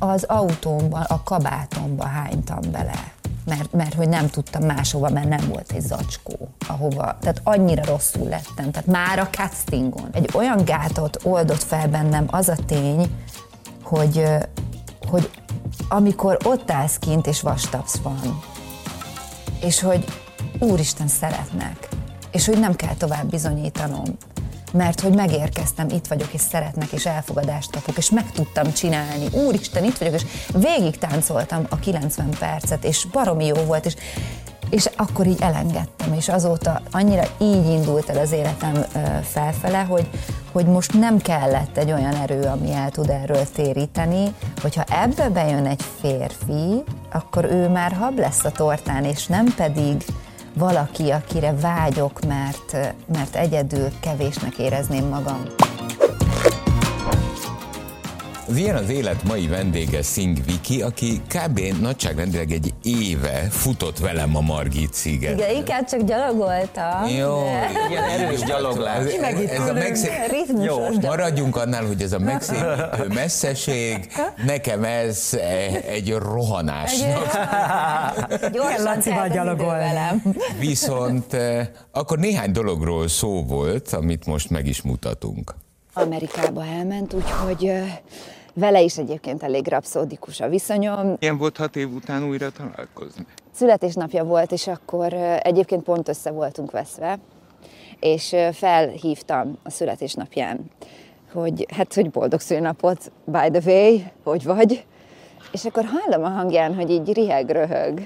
az autómban, a kabátomba hánytam bele. Mert hogy nem tudtam máshova, mert nem volt egy zacskó, ahova, tehát annyira rosszul lettem, tehát már a castingon. Egy olyan gátot oldott fel bennem az a tény, hogy amikor ott állsz kint és vastapsz van, és hogy úristen szeretnek, és hogy nem kell tovább bizonyítanom, mert hogy megérkeztem, itt vagyok, és szeretnek, és elfogadást kapok, és meg tudtam csinálni. Úristen, itt vagyok, és végig táncoltam a 90 percet, és baromi jó volt, és akkor így elengedtem, és azóta annyira így indult el az életem felfele, hogy most nem kellett egy olyan erő, ami el tud erről téríteni, hogyha ebbe bejön egy férfi, akkor ő már hab lesz a tortán, és nem pedig valaki, akire vágyok, mert egyedül kevésnek érezném magam. Az Ilyen az élet mai vendége Szing Viki, aki kb. Nagyságrendileg egy éve futott velem a Margit sziget. Igen, inkább csak gyalogoltam. Jó, ilyen erős gyaloglás. Jó, maradjunk annál, hogy ez a megszépítő messzeség, nekem ez egy rohanásnak. Gyorsan velem. Viszont akkor néhány dologról szó volt, amit most meg is mutatunk. Amerikába elment, úgyhogy vele is egyébként elég rapszódikus a viszonyom. Ilyen volt 6 év után újra találkozni? Születésnapja volt, és akkor egyébként pont össze voltunk veszve, és felhívtam a születésnapján, hogy boldog szülinapot, by the way, hogy vagy? És akkor hallom a hangján, hogy így riheg, röhög.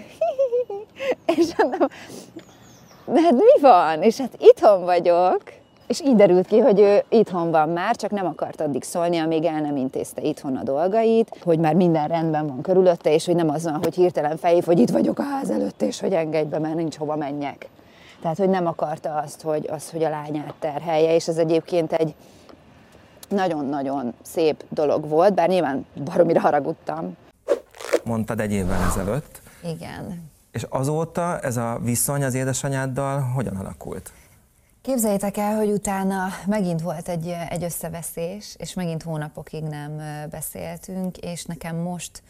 És mondom, de hát mi van? És hát itthon vagyok. És így derült ki, hogy ő itthon van már, csak nem akart addig szólni, amíg el nem intézte itthon a dolgait, hogy már minden rendben van körülötte, és hogy nem az van, hogy hirtelen felhív, hogy itt vagyok a ház előtt, és hogy engedj be, mert nincs hova menjek. Tehát, hogy nem akarta azt, hogy a lányát terhelje, és ez egyébként egy nagyon-nagyon szép dolog volt, bár nyilván baromira haragudtam. Mondtad egy évvel ezelőtt. Igen. És azóta ez a viszony az édesanyáddal hogyan alakult? Képzeljétek el, hogy utána megint volt egy összeveszés, és megint hónapokig nem beszéltünk, és nekem most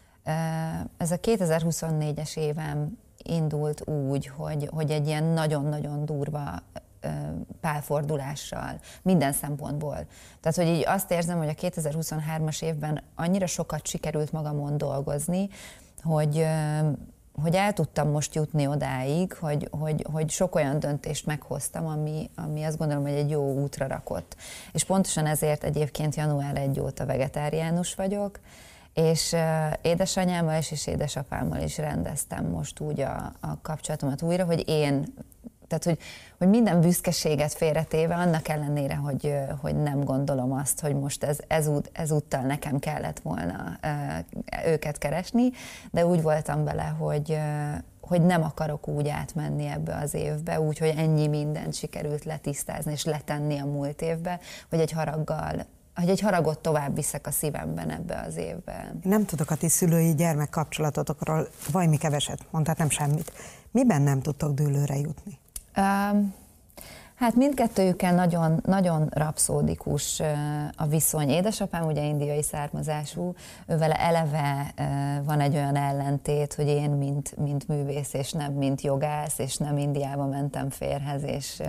ez a 2024-es évem indult úgy, hogy egy ilyen nagyon-nagyon durva pálfordulással, minden szempontból. Tehát, hogy így azt érzem, hogy a 2023-as évben annyira sokat sikerült magamon dolgozni, hogy el tudtam most jutni odáig, hogy sok olyan döntést meghoztam, ami azt gondolom, hogy egy jó útra rakott. És pontosan ezért egyébként január 1 óta vegetáriánus vagyok, és édesanyámmal és édesapámmal is rendeztem most úgy a kapcsolatomat újra, tehát, hogy minden büszkeséget félretéve, annak ellenére, hogy nem gondolom azt, hogy most ezúttal nekem kellett volna őket keresni, de úgy voltam vele, hogy nem akarok úgy átmenni ebbe az évbe, úgyhogy ennyi mindent sikerült letisztázni és letenni a múlt évbe, hogy egy haragot tovább viszek a szívemben ebbe az évben. Nem tudok a ti szülői gyermek kapcsolatotokról valami keveset, mondtad nem semmit. Miben nem tudtok dűlőre jutni? Hát mindkettőjükkel nagyon, nagyon rapszódikus a viszony. Édesapám ugye indiai származású, ővele eleve van egy olyan ellentét, hogy én mint művész, és nem mint jogász, és nem Indiába mentem férhez, és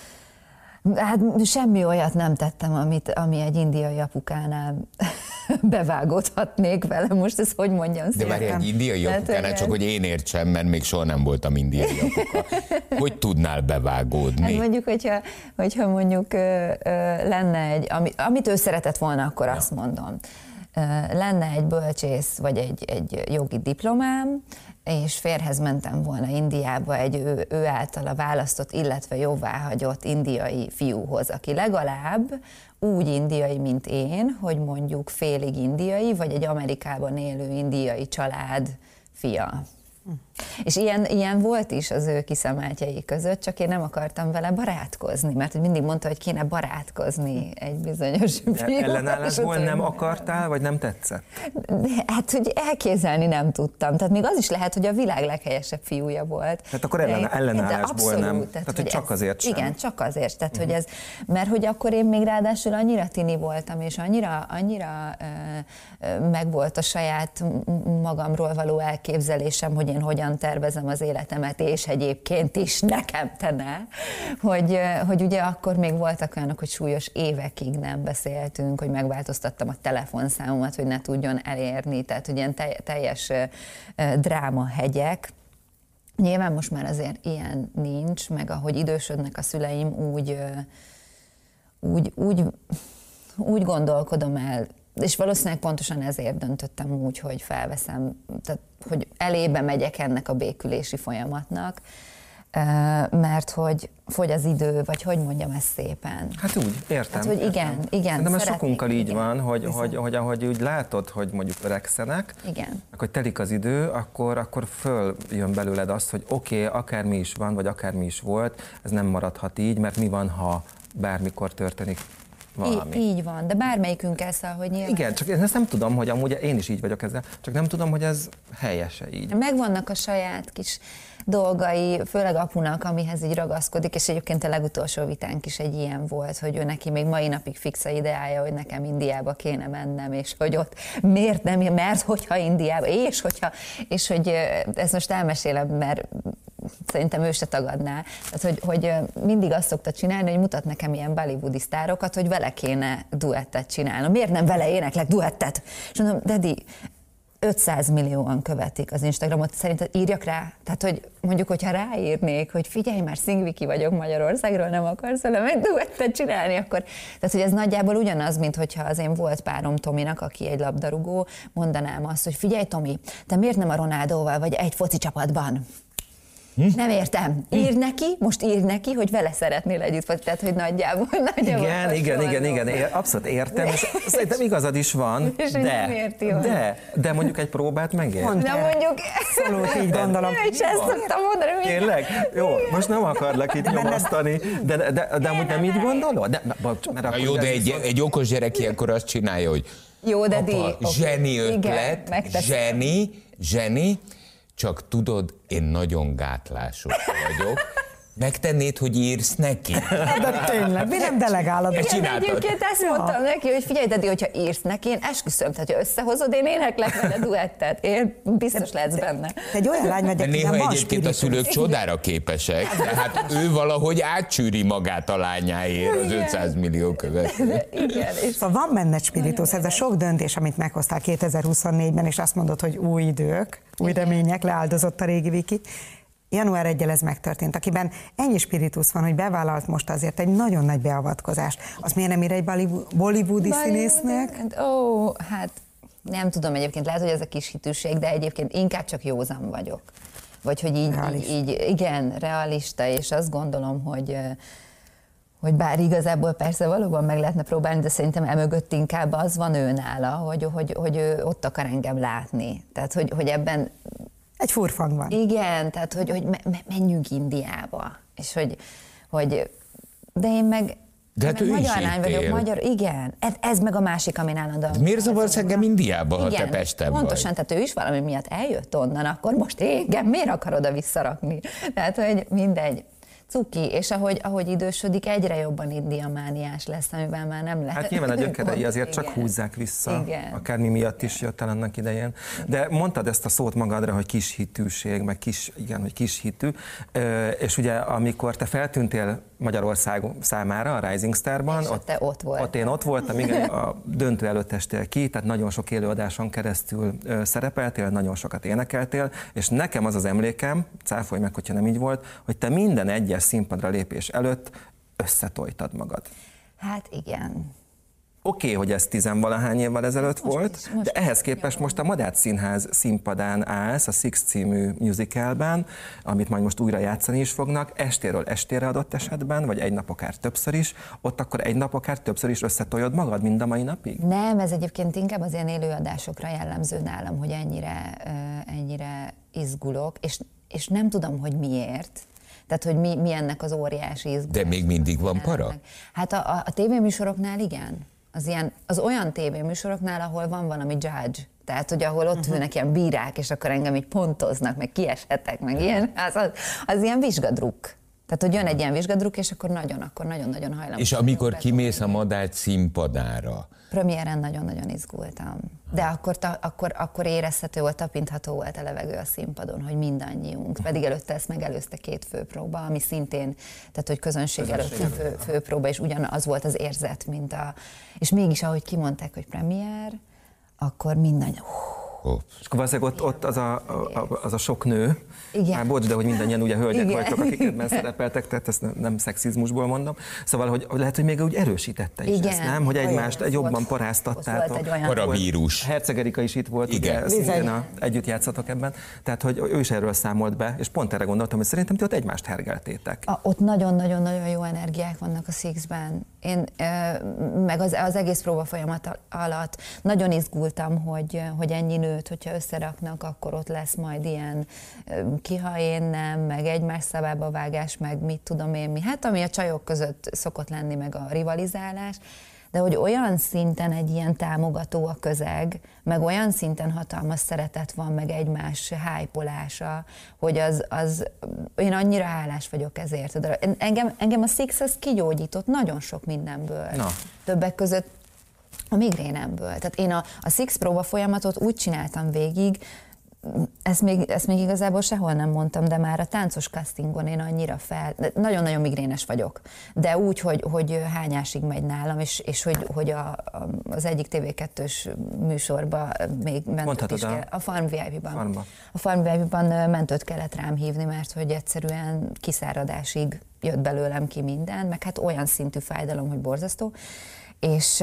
hát semmi olyat nem tettem, ami egy indiai apukánál bevágódhatnék vele. Most ezt hogy mondjam szépen? De már egy indiai apukánál, csak hogy én értsem, mert még soha nem voltam indiai apuka. Hogy tudnál bevágódni? Hát mondjuk, hogyha mondjuk lenne amit ő szeretett volna, akkor azt mondom. Lenne egy bölcsész, vagy egy jogi diplomám, és férhez mentem volna Indiába egy ő általa választott, illetve jóváhagyott indiai fiúhoz, aki legalább úgy indiai, mint én, hogy mondjuk félig indiai, vagy egy Amerikában élő indiai család fia. És ilyen volt is az ő kiszemeltjei között, csak én nem akartam vele barátkozni, mert mindig mondta, hogy kéne barátkozni egy bizonyos fiúval. Ellenállásból nem akartál, vagy nem tetszett? Hát, hogy elképzelni nem tudtam. Tehát még az is lehet, hogy a világ leghelyesebb fiúja volt. Tehát akkor ellenállásból nem. Tehát, hogy csak azért sem. Igen, csak azért. Tehát, hogy ez, mert hogy akkor én még ráadásul annyira tini voltam, és annyira megvolt a saját magamról való elképzelésem, hogy én hogyan tervezem az életemet, és egyébként is nekem te ne, hogy ugye akkor még voltak olyanok, hogy súlyos évekig nem beszéltünk, hogy megváltoztattam a telefonszámomat, hogy ne tudjon elérni, tehát hogy ilyen teljes drámahegyek. Nyilván most már azért ilyen nincs, meg ahogy idősödnek a szüleim, úgy gondolkodom el, és valószínűleg pontosan ezért döntöttem úgy, hogy felveszem, tehát hogy elébe megyek ennek a békülési folyamatnak, mert hogy fogy az idő, vagy hogy mondjam ezt szépen. Hát úgy, értem. Hát, hogy igen. De mert sokunkkal így van, hogy ahogy úgy látod, hogy mondjuk öregszenek, akkor telik az idő, akkor följön belőled az, hogy oké, akármi is van, vagy akármi is volt, ez nem maradhat így, mert mi van, ha bármikor történik valami. Így van, de bármelyikünk ezt, hogy nyilván... Igen, csak én ezt nem tudom, hogy amúgy én is így vagyok ezzel, csak nem tudom, hogy ez helyese így. Megvannak a saját kis dolgai, főleg apunak, amihez így ragaszkodik, és egyébként a legutolsó vitánk is egy ilyen volt, hogy ő neki még mai napig fix a ideája, hogy nekem Indiába kéne mennem, és hogy ott miért nem, mert hogyha Indiába, és hogy ezt most elmesélem, mert szerintem ő se tagadná. Tehát, hogy mindig azt szokta csinálni, hogy mutat nekem ilyen bollywoodi sztárokat, hogy vele kéne duettet csinálnom. Miért nem vele éneklek duettet? És mondom, Dedi, 500 millióan követik az Instagramot, szerinted írjak rá? Tehát, hogy mondjuk, hogyha ráírnék, hogy figyelj már, Szing Viki vagyok Magyarországról, nem akarsz velem egy duettet csinálni, akkor... Tehát, hogy ez nagyjából ugyanaz, mint hogyha az én volt párom Tominak, aki egy labdarúgó, mondanám azt, hogy figyelj Tomi, te miért nem a Ronaldóval vagy egy foci csapatban? Nem értem. Írd neki, hogy vele szeretnél együtt, vagy tehát, hogy nagyjából. Igen, abszolút értem, és szerintem igazad is van, és de mondjuk egy próbát megér. De mondjuk... Abszolút így gondolom. És ezt szoktam mondani. Tényleg? Jó, most nem akarlak itt nyomasztani, de amúgy nem így gondolod? Jó, de egy okos gyerek ilyenkor azt csinálja, hogy jó, de zseni ötlet, zseni, csak tudod, én nagyon gátlásos vagyok. Megtennéd, hogy írsz neki? De tényleg, mi nem delegálod? Igen, egyébként ezt mondtam neki, hogy figyelj, Dedi, hogyha írsz neki, én esküszöm, tehát, hogy összehozod, én éneklek vele duettet. Én biztos lehetsz benne. Te egy olyan lány vagy, aki néha egyébként a szülők csodára képesek, tehát ő valahogy átcsűri magát a lányáért az 500 millió követő. Igen. Szóval van benne spiritus, ez a sok döntés, amit meghoztál 2024-ben, és azt mondod, hogy új idők, új remények, leáldozott a régi Viki. Január 1-jel ez megtörtént, akiben ennyi spiritus van, hogy bevállalt most azért egy nagyon nagy beavatkozást. Az miért nem ír egy bollywoodi színésznek? Hát nem tudom egyébként, lehet, hogy ez a kis hitűség, de egyébként inkább csak józan vagyok. Vagy hogy így igen, realista, és azt gondolom, hogy bár igazából persze valóban meg lehetne próbálni, de szerintem emögött inkább az van ő nála, hogy ő ott akar engem látni. Tehát, hogy ebben... Egy furfang van. Igen, tehát hogy menjünk Indiába. És hogy de én meg... De hát ő magyar lány vagyok, igen. Ez meg a másik, ami állandóan... Miért zavarsz engem Indiába, ha te Pesten pontosan, vagy? tehát ő is valami miatt eljött onnan, akkor most igen, miért akar oda visszarakni? Tehát, hogy mindegy. Cuki, és ahogy idősödik, egyre jobban indiamániás lesz, amivel már nem lehet. Hát nyilván a gyökerei azért csak húzzák vissza, akármi miatt is jött el annak idején. De mondtad ezt a szót magadra, hogy kis hitűség, meg hogy kis hitű, és ugye amikor te feltűntél Magyarország számára a Rising Starban, ott én ott voltam, igen, a döntő előtt estél ki, tehát nagyon sok élőadáson keresztül szerepeltél, nagyon sokat énekeltél, és nekem az az emlékem, cáfolj meg, hogyha nem így volt, hogy te minden egyes színpadra lépés előtt összetojtad magad. Hát igen. Oké, hogy ez 10-valahány évvel ezelőtt volt, de ehhez képest most a Madách Színház színpadán állsz, a Six című musicalben, amit majd most újra játszani is fognak, estéről estére adott esetben, vagy egy nap akár többször is, ott akkor egy nap akár többször is összetoljod magad mind a mai napig? Nem, ez egyébként inkább az ilyen élőadásokra jellemző nálam, hogy ennyire izgulok, és nem tudom, hogy miért. Tehát, hogy mi ennek az óriási izgulás. De még mindig van para? Hát a tévéműsoroknál igen. Az olyan tévéműsoroknál, ahol van valami judge, tehát, hogy ahol ott ülnek ilyen bírák, és akkor engem így pontoznak, meg kieshetek, meg ilyen, az ilyen vizsgadruk. Tehát, hogy jön egy ilyen vizsgadruk, és akkor nagyon-nagyon hajlamos. És amikor kimész a Madách színpadára? Premiéren nagyon-nagyon izgultam. De akkor érezhető volt, tapintható volt a levegő a színpadon, hogy mindannyiunk. Pedig előtte ezt megelőzte 2 főpróba, ami szintén, tehát hogy közönség előtti főpróba, és ugyanaz volt az érzet, mint és mégis, ahogy kimondták, hogy premier, akkor mindannyian... És akkor valószínűleg ott az a sok nő, igen. Már bocs, de hogy mindannyian ugye hölgyek igen. vagytok, akik ebben szerepeltek, tehát ezt nem szexizmusból mondom. Szóval, hogy lehet, hogy még úgy erősítette is igen. ezt, nem? Hogy egymást jobban paráztattátok. Paravírus. Herceg Erika is itt volt, igen. Ugye szintén együtt játszatok ebben. Tehát, hogy ő is erről számolt be, és pont erre gondoltam, hogy szerintem ti ott egymást hergeltétek. Ott nagyon-nagyon jó energiák vannak a Sixben. Én meg az egész próba folyamat alatt nagyon izgultam, hogy ennyi nőt, hogyha összeraknak, akkor ott lesz majd ilyen kiha én nem, meg egymás szavába vágás, meg mit tudom én mi. Hát ami a csajok között szokott lenni, meg a rivalizálás, de hogy olyan szinten egy ilyen támogató a közeg, meg olyan szinten hatalmas szeretet van, meg egymás hájpolása, hogy én annyira hálás vagyok ezért. Engem a Six az kigyógyított nagyon sok mindenből. Na. Többek között a migrénemből. Tehát én a Six próba folyamatot úgy csináltam végig, ezt még igazából sehol nem mondtam, de már a táncos castingon én annyira nagyon-nagyon migrénes vagyok, de úgy, hogy hányásig megy nálam, és hogy az egyik TV2-s műsorban még mentőt is kell. A Farm VIP-ban. A Farm VIP-ban mentőt kellett rám hívni, mert hogy egyszerűen kiszáradásig jött belőlem ki minden, meg hát olyan szintű fájdalom, hogy borzasztó. És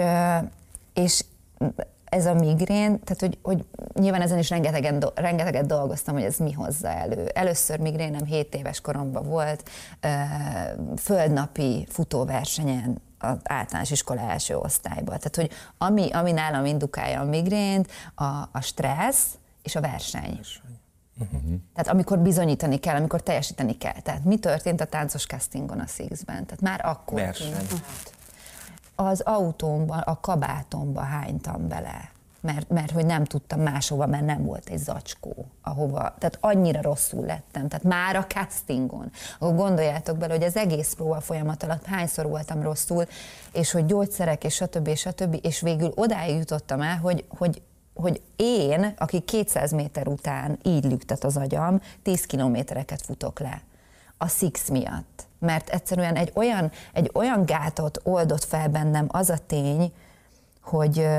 ez a migrén, tehát hogy nyilván ezen is rengeteget dolgoztam, hogy ez mi hozza elő. Először migrénem 7 éves koromban volt, földnapi futóversenyen az általános iskola első osztályban. Tehát, hogy ami nálam indukálja a migrént, a stressz és a verseny. Tehát amikor bizonyítani kell, amikor teljesíteni kell. Tehát mi történt a táncos castingon a Sixben? Tehát már akkor... Verseny. Az autómban, a kabátomba hánytam bele, mert hogy nem tudtam máshova, mert nem volt egy zacskó, ahova, tehát annyira rosszul lettem, tehát már a castingon. Akkor gondoljátok bele, hogy az egész próba folyamat alatt hányszor voltam rosszul, és hogy gyógyszerek, és stb. És végül odáig jutottam el, hogy én, aki 200 méter után így lüktet az agyam, 10 kilométereket futok le. A Six miatt. Mert egyszerűen egy olyan gátot oldott fel bennem az a tény, hogy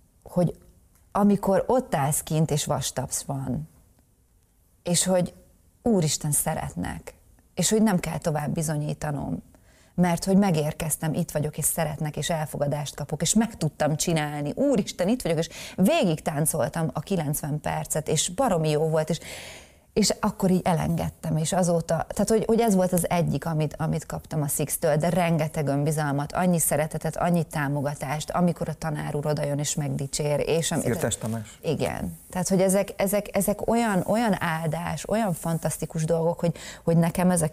amikor ott állsz kint és vastapsz van, és hogy Úristen szeretnek, és hogy nem kell tovább bizonyítanom, mert hogy megérkeztem, itt vagyok, és szeretnek, és elfogadást kapok, és meg tudtam csinálni. Úristen, itt vagyok, és végig táncoltam a 90 percet, és baromi jó volt, és akkor így elengedtem, és azóta, tehát hogy ez volt az egyik, amit kaptam a Six-től, de rengeteg önbizalmat, annyi szeretetet, annyi támogatást, amikor a tanár úr odajön és megdicsér. Szirtes Tamás. Igen. Tehát, hogy ezek olyan áldás, olyan fantasztikus dolgok, hogy nekem ez a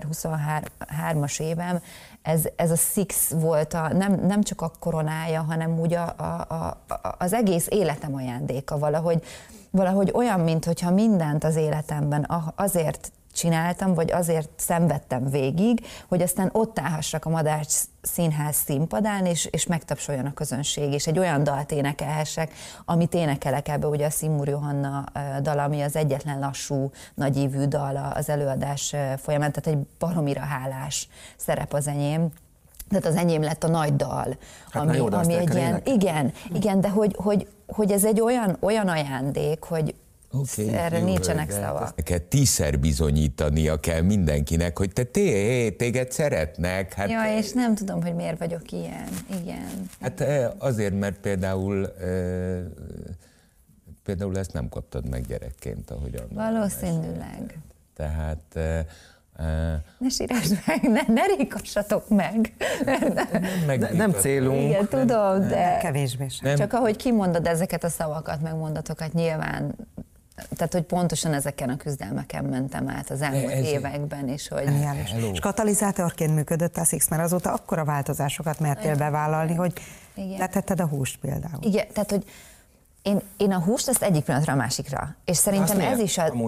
2023-as évem, ez a Six volt nem csak a koronája, hanem úgy az egész életem ajándéka valahogy olyan, mintha mindent az életemben azért csináltam, vagy azért szenvedtem végig, hogy aztán ott állhassak a Madách Színház színpadán, és megtapsoljon a közönség, és egy olyan dalt énekelhessek, amit énekelek ebbe, ugye a Szimúr Johanna dal, ami az egyetlen lassú, nagyívű dal az előadás folyamán, tehát egy baromira hálás szerep az enyém. Tehát az enyém lett a nagy dal, hát ami egy ilyen, igen, de hogy ez egy olyan ajándék, Okay, erre jó, nincsenek szavak. Neked 10-szer bizonyítania kell mindenkinek, hogy téged szeretnek. Hát, ja, és nem tudom, hogy miért vagyok ilyen. Igen. Hát azért, mert például ezt nem kaptad meg gyerekként, ahogyan. Valószínűleg. Tehát... Ne sírásd meg, ne rikassatok meg. Nem célunk. Igen, tudom, de kevésbé sem. Csak ahogy kimondod ezeket a szavakat, megmondatokat, nyilván, tehát hogy pontosan ezeken a küzdelmeken mentem át az elmúlt években is. Hogy... És katalizátorként működött a Six, mert azóta akkora változásokat mertél bevállalni, hogy letetted a húst például. Igen, tehát hogy én a húst azt egyik pillanatra a másikra. És szerintem ez is a...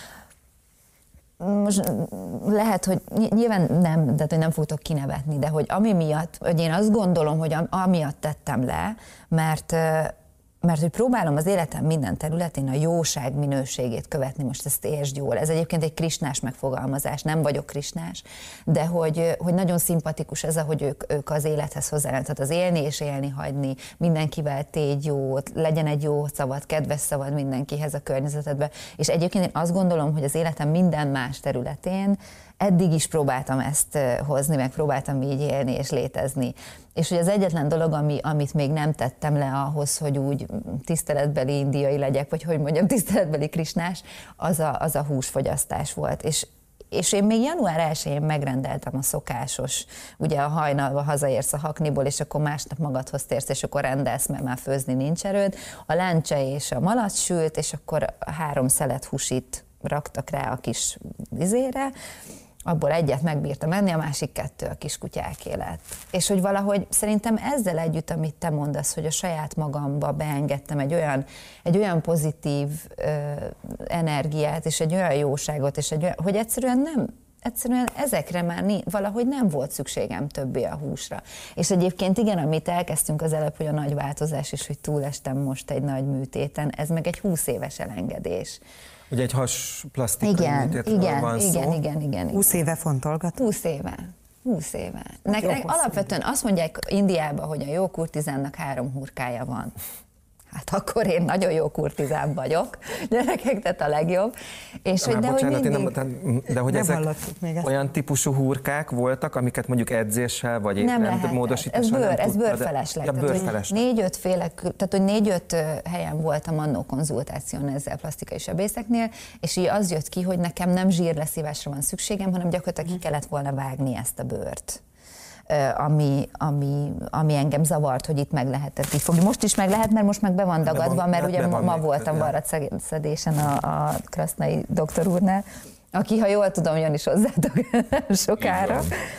Most lehet, hogy nyilván nem, de hogy nem fogtok kinevetni, de hogy ami miatt, hogy én azt gondolom, hogy amiatt tettem le, mert hogy próbálom az életem minden területén a jóság minőségét követni, most ezt értsd jól. Ez egyébként egy krisnás megfogalmazás, nem vagyok krisnás, de hogy nagyon szimpatikus ez, ahogy ők az élethez hozzáállnak, tehát az élni és élni hagyni, mindenkivel tégy jót, legyen egy jó szavad, kedves szavad mindenkihez a környezetedbe. És egyébként én azt gondolom, hogy az életem minden más területén eddig is próbáltam ezt hozni, meg próbáltam így élni és létezni. És hogy az egyetlen dolog, amit még nem tettem le ahhoz, hogy úgy tiszteletbeli indiai legyek, vagy hogy mondjam, tiszteletbeli krisnás, az a húsfogyasztás volt. És én még január 1-én megrendeltem a szokásos, ugye a hajnalba hazaérsz a hakniból, és akkor másnap magadhoz térsz, és akkor rendelsz, mert már főzni nincs erőd. A lencse és a malac sült, és akkor 3 szelet húsit raktak rá a kis vizére, abból egyet megbírtam enni, a másik 2 a kiskutyáké lett. És hogy valahogy szerintem ezzel együtt, amit te mondasz, hogy a saját magamba beengedtem egy olyan pozitív energiát, és egy olyan jóságot, és hogy egyszerűen ezekre már valahogy nem volt szükségem többé a húsra. És egyébként igen, amit elkezdtünk az előbb, hogy a nagy változás is, hogy túlestem most egy nagy műtéten, ez meg egy 20 éves elengedés. Ugye egy hasplasztikai műtétről van szó. Igen. 20 éve fontolgat? 20 éve. Alapvetően azt mondják Indiában, hogy a jó kurtizánnak 3 hurkája van. Hát akkor én nagyon jó kurtizán vagyok, gyerekek, tehát a legjobb. És hogy, de hogy ezek olyan típusú hurkák voltak, amiket mondjuk edzéssel, vagy módosítással ez bőrfelesleg. Tehát, 4-5 féle, tehát hogy 4-5 helyen voltam annó konzultáción ezzel plastikai sebészeknél, és így az jött ki, hogy nekem nem zsírleszívásra van szükségem, hanem gyakorlatilag ki kellett volna vágni ezt a bőrt. Ami engem zavart, hogy itt meg lehetett így fogni. Most is meg lehet, mert most meg be van dagadva, mert ugye ma voltam varratszedésen a krasznai doktor úrnál, aki, ha jól tudom, jön is hozzátok sokára.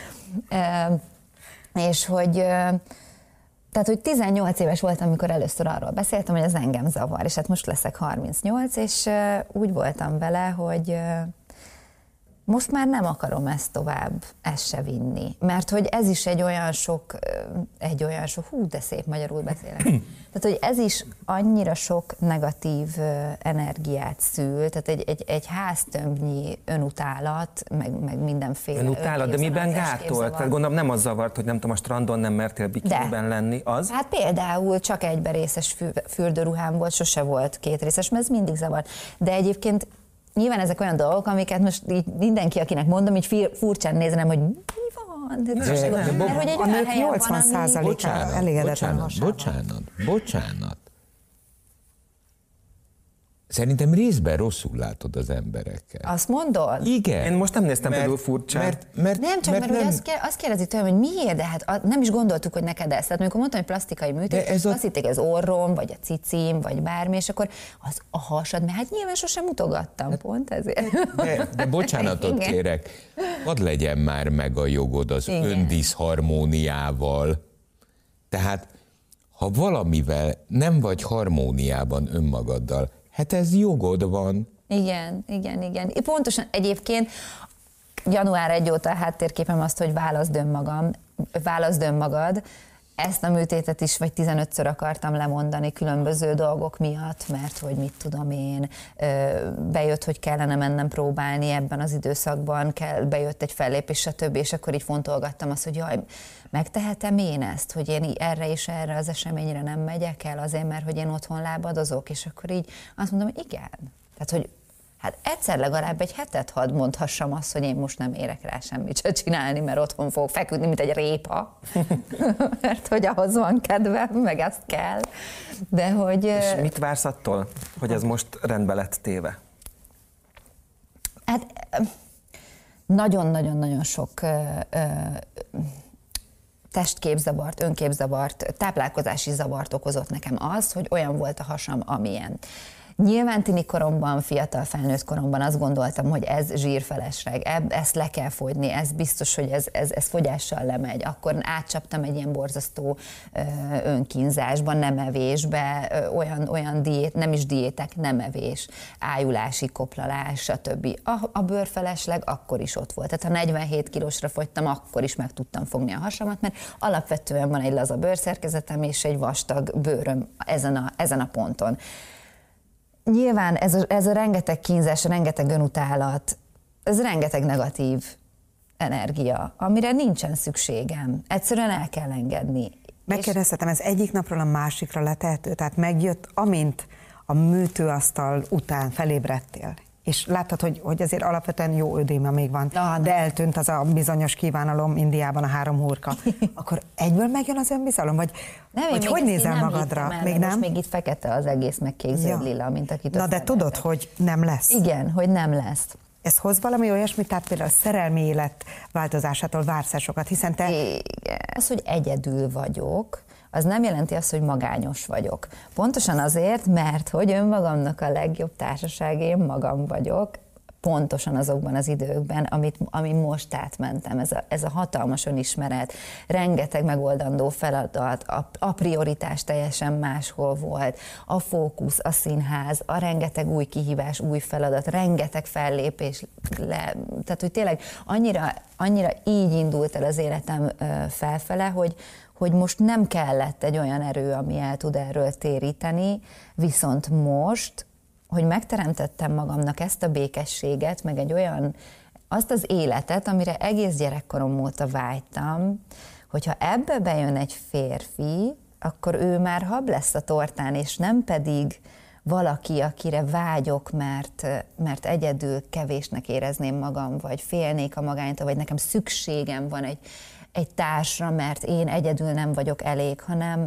És hogy tehát, hogy 18 éves voltam, amikor először arról beszéltem, hogy ez engem zavar, és hát most leszek 38, és úgy voltam vele, hogy most már nem akarom ezt tovább, ezt se vinni. Mert hogy ez is egy olyan sok, hú, de szép magyarul beszélek. Tehát, hogy ez is annyira sok negatív energiát szül, tehát egy háztömbnyi önutálat, meg mindenféle. Önutálat, de miben gátolt? Tehát gondolom nem az zavart, hogy nem tudom, a strandon nem mertél bikiniben lenni, az? Hát például csak egyberészes fürdőruhám volt, sose volt 2 részes, mert ez mindig zavart. De egyébként nyilván ezek olyan dolgok, amiket most így mindenki, akinek mondom, így furcsán néznem, hogy mi van? Mert hogy egy olyan helyen 80%-a elégedetlen Bocsánat. Szerintem részben rosszul látod az embereket. Azt mondod? Igen. Én most nem néztem például furcsán. Mert azt kérdezi tőlem, hogy miért, de hát nem is gondoltuk, hogy neked ez. Tehát amikor mondtam, hogy plastikai műtét, azt hitték, az orrom, vagy a cicim, vagy bármi, és akkor az a hasad, mert hát nyilván sosem mutogattam, pont ezért. De bocsánatot kérek, hadd legyen már meg a jogod az öndiszharmóniával. Tehát, ha valamivel nem vagy harmóniában önmagaddal, hát ez jogod van. Igen. Pontosan egyébként január 1 óta a háttérképem azt, hogy válaszd önmagad. Ezt a műtétet is vagy 15-ször akartam lemondani különböző dolgok miatt, mert hogy mit tudom én, bejött, hogy kellene mennem próbálni ebben az időszakban, bejött egy fellépés, stb. És akkor így fontolgattam azt, hogy jaj, megtehetem én ezt, hogy én erre és az eseményre nem megyek el azért, mert hogy én otthon lábadozok, és akkor így azt mondom, hogy igen. Tehát, hogy hát egyszer legalább egy hetet hadd mondhassam azt, hogy én most nem érek rá semmit se csinálni, mert otthon fogok feküdni, mint egy répa, mert hogy ahhoz van kedvem, meg azt kell. De hogy... És mit vársz attól, hogy ez most rendbe lett téve? Hát nagyon-nagyon-nagyon sok testképzavart, önképzavart, táplálkozási zavart okozott nekem az, hogy olyan volt a hasam, amilyen. Nyilván tini koromban, fiatal felnőtt koromban azt gondoltam, hogy ez zsírfelesleg, ezt le kell fogyni, ez biztos, hogy ez fogyással lemegy. Akkor átcsaptam egy ilyen borzasztó önkínzásban, nem evésbe, olyan diét, nem is diétek, nem evés, ájulási koplalás, stb. A bőrfelesleg akkor is ott volt. Tehát ha 47 kilósra fogytam, akkor is meg tudtam fogni a hasamat, mert alapvetően van egy laza bőrszerkezetem és egy vastag bőröm ezen a ponton. Nyilván ez a rengeteg kínzás, rengeteg önutálat, ez rengeteg negatív energia, amire nincsen szükségem. Egyszerűen el kell engedni. Megkérdeztetem, ez egyik napról a másikra letehető, tehát megjött, amint a műtőasztal után felébredtél. És láttad, hogy azért alapvetően jó ödéma még van, de eltűnt az a bizonyos kívánalom Indiában, a 3 hurka. Akkor egyből megjön az önbizalom? Vagy hogy nézel magadra? Még nem? Most még itt fekete az egész, meg kék zöld lila, mint akit. Na de tudod, hogy nem lesz? Igen, hogy nem lesz. Ez hoz valami olyasmit, tehát például a szerelmi élet változásától vársz sokat, hiszen te... Igen. Az, hogy egyedül vagyok, az nem jelenti azt, hogy magányos vagyok. Pontosan azért, mert hogy önmagamnak a legjobb társaság én magam vagyok, pontosan azokban az időkben, ami most átmentem, ez a hatalmas önismeret, rengeteg megoldandó feladat, a prioritás teljesen máshol volt, a fókusz, a színház, a rengeteg új kihívás, új feladat, rengeteg fellépés, tehát hogy tényleg annyira így indult el az életem felfele, hogy most nem kellett egy olyan erő, ami el tud erről téríteni, viszont most, hogy megteremtettem magamnak ezt a békességet, meg egy olyan, azt az életet, amire egész gyerekkorom óta vágytam, hogyha ebbe bejön egy férfi, akkor ő már hab lesz a tortán, és nem pedig valaki, akire vágyok, mert egyedül kevésnek érezném magam, vagy félnék a magánytól, vagy nekem szükségem van egy társra, mert én egyedül nem vagyok elég,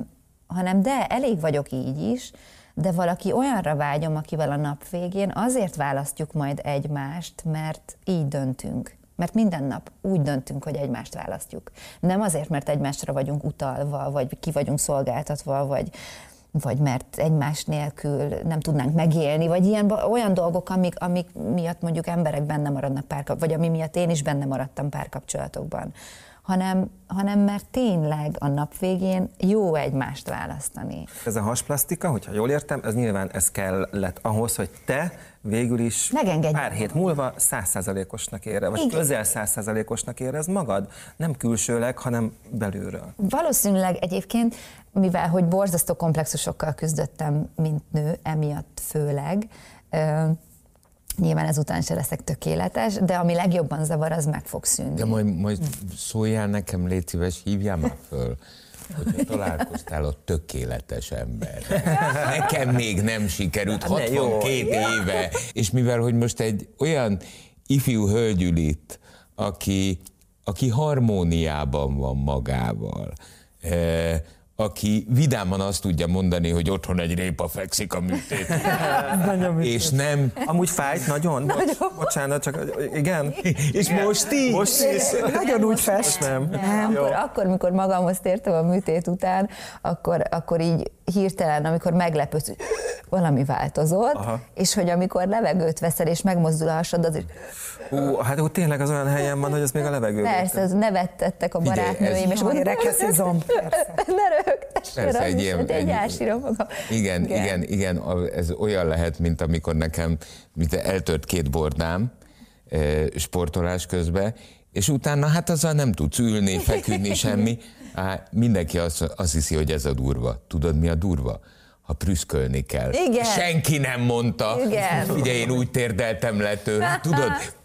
hanem de elég vagyok így is, de valaki olyanra vágyom, akivel a nap végén azért választjuk majd egymást, mert így döntünk. Mert minden nap úgy döntünk, hogy egymást választjuk. Nem azért, mert egymásra vagyunk utalva, vagy ki vagyunk szolgáltatva, vagy mert egymás nélkül nem tudnánk megélni, vagy olyan dolgok, amik miatt mondjuk emberek benne maradnak vagy ami miatt én is benne maradtam párkapcsolatokban. Hanem mert tényleg a nap végén jó egymást választani. Ez a hasplasztika, hogyha jól értem, ez nyilván ez kellett ahhoz, hogy te végül is pár hét múlva 100%-osnak érez, vagy közel 100%-osnak érez magad, nem külsőleg, hanem belülről. Valószínűleg egyébként, mivel hogy borzasztó komplexusokkal küzdöttem, mint nő, emiatt főleg, nyilván ezután se leszek tökéletes, de ami legjobban zavar, az meg fog szűnni. De majd szóljál nekem, légy szíves, hívjál már föl, hogyha találkoztál a tökéletes ember. Nekem még nem sikerült, 62 éve, és mivel, hogy most egy olyan ifjú hölgy ül itt, aki harmóniában van magával, aki vidáman azt tudja mondani, hogy otthon egy répa fekszik a műtét. És nem... Amúgy fájt nagyon? Bocsánat, csak igen? És most így? Most is. Nagyon úgy fest. Nem, akkor, mikor magamhoz tértem a műtét után, akkor így hirtelen, amikor meglepődsz, hogy valami változott, és hogy amikor levegőt veszel, és megmozdul a hasad, az is... Hát úgy tényleg az olyan helyen van, hogy ez még a levegő. Persze, ez nevettettek a barátnőim, és mondjuk, rekeszizom. Ne rögtessél, egy ásírom magam. Igen, ez olyan lehet, mint amikor nekem eltört 2 bordám sportolás közben, és utána hát azzal nem tudsz ülni, feküdni, semmi. Mindenki azt hiszi, hogy ez a durva. Tudod, mi a durva? Ha prüszkölni kell. Igen. Senki nem mondta. Igen. Ugye én úgy térdeltem le tőle. Tudod,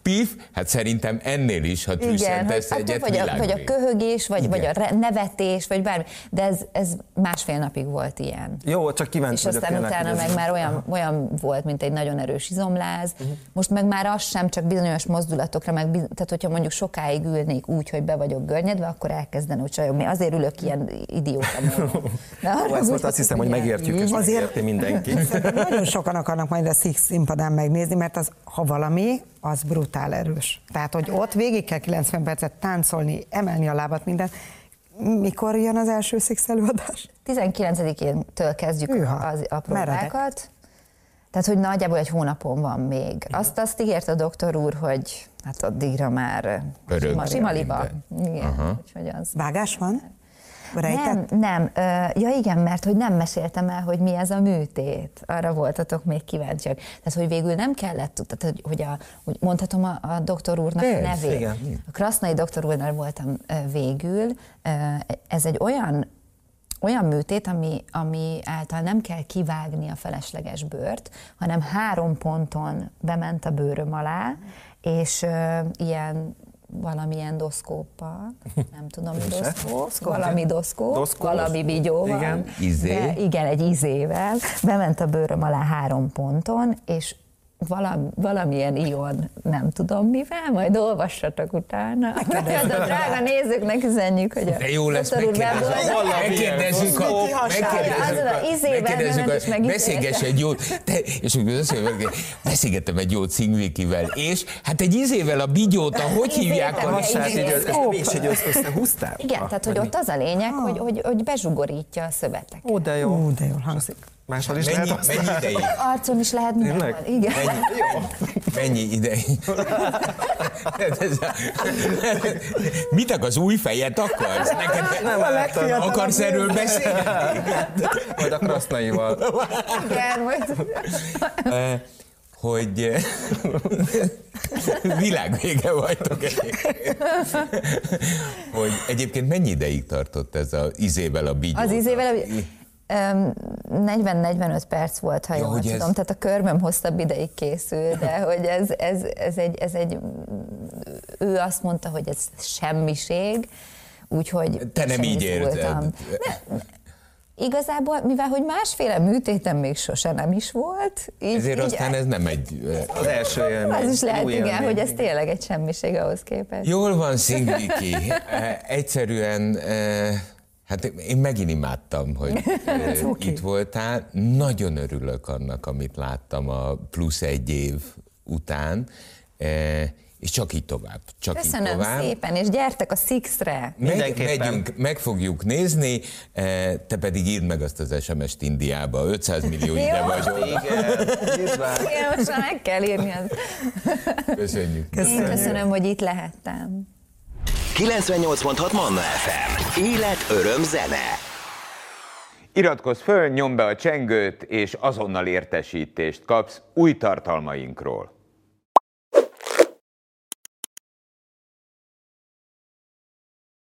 Pif, hát szerintem ennél is, ha trüsszentesz egyet, vagy a köhögés, vagy a nevetés, vagy bármi. De ez 1,5 napig volt ilyen. Jó, csak kíváncsi és aztán utána meg már olyan volt, mint egy nagyon erős izomláz. Most meg már az sem, csak bizonyos mozdulatokra, tehát hogyha mondjuk sokáig ülnék úgy, hogy be vagyok görnyedve, akkor elkezdene, hogy csajogni. Azért ülök ilyen idióta módon. Ezt most azt hiszem, hogy megértjük, és megérti mindenki. Nagyon sokan akarnak majd a Six színpadán megnézni, mert az, ha valami, az brutál erős. Tehát, hogy ott végig kell 90 percet táncolni, emelni a lábat, minden. Mikor jön az első Six előadás? 19-től kezdjük a próbákat. Tehát, hogy nagyjából egy hónapon van még. Azt ígérte a doktor úr, hogy hát addigra már sima liba. Igen, az... Vágás van? Nem. Ja igen, mert hogy nem meséltem el, hogy mi ez a műtét. Arra voltatok még kíváncsiak. Tehát, hogy végül nem kellett, tehát, hogy mondhatom a doktor úrnak a nevét. Igen. A Krasznai doktor úrnál voltam végül. Ez egy olyan műtét, ami által nem kell kivágni a felesleges bőrt, hanem 3 ponton bement a bőröm alá, és valamilyen doszkóppal, nem tudom, mi valami doszkóp, valami bigyóval. Igen, izé. Igen, egy izével. Bement a bőröm alá 3 ponton, és valamilyen ion, nem tudom mivel, majd olvassatok utána. A drága nézőknek üzenjük, hogy de jó lesz, megkérdezzük beszélgess egy jót, és beszélgettem egy jót Szingvikivel, és hát egy izével a bigyót, hogy hívják? És egy összehúztál? Igen, tehát hogy ott az a lényeg, hogy bezsugorítja a szövetek. Ó, de jó. De jól hangzik. Máshol is lehet mennyi ideig? Arcon is lehet mindenhol. Igen. Mennyi ideig? Mit az új fejet akarsz? Nem akarsz erről beszélni? Majd a Krasznaival. Igen, majd. Hogy világvége vagytok hogy egyébként mennyi ideig tartott ez az izével a bigyó? Az izével 40-45 perc volt, ha jól tudom, tehát a körmöm hosszabb ideig készül, de hogy ez egy ő azt mondta, hogy ez semmiség, úgyhogy te nem így érzed. Igazából, mivel hogy másféle műtétem még sose nem is volt. Ezért aztán ez nem egy... Az első élmény. Az is lehet, igen, hogy ez tényleg egy semmiség ahhoz képest. Jól van, Szingviki. Egyszerűen... Hát én megint imádtam, hogy itt voltál. Nagyon örülök annak, amit láttam a plusz 1 év után, és csak így tovább. Köszönöm szépen, és gyertek a Sixre. Megyünk, meg fogjuk nézni, te pedig írd meg azt az SMS-t Indiába, 500 millió ide vagyok. Igen, most meg kell írni. Köszönjük. Én köszönöm, hogy itt lehettem. 98.6 Manna FM. Élet, öröm, zene. Iratkozz föl, nyomd be a csengőt, és azonnal értesítést kapsz új tartalmainkról.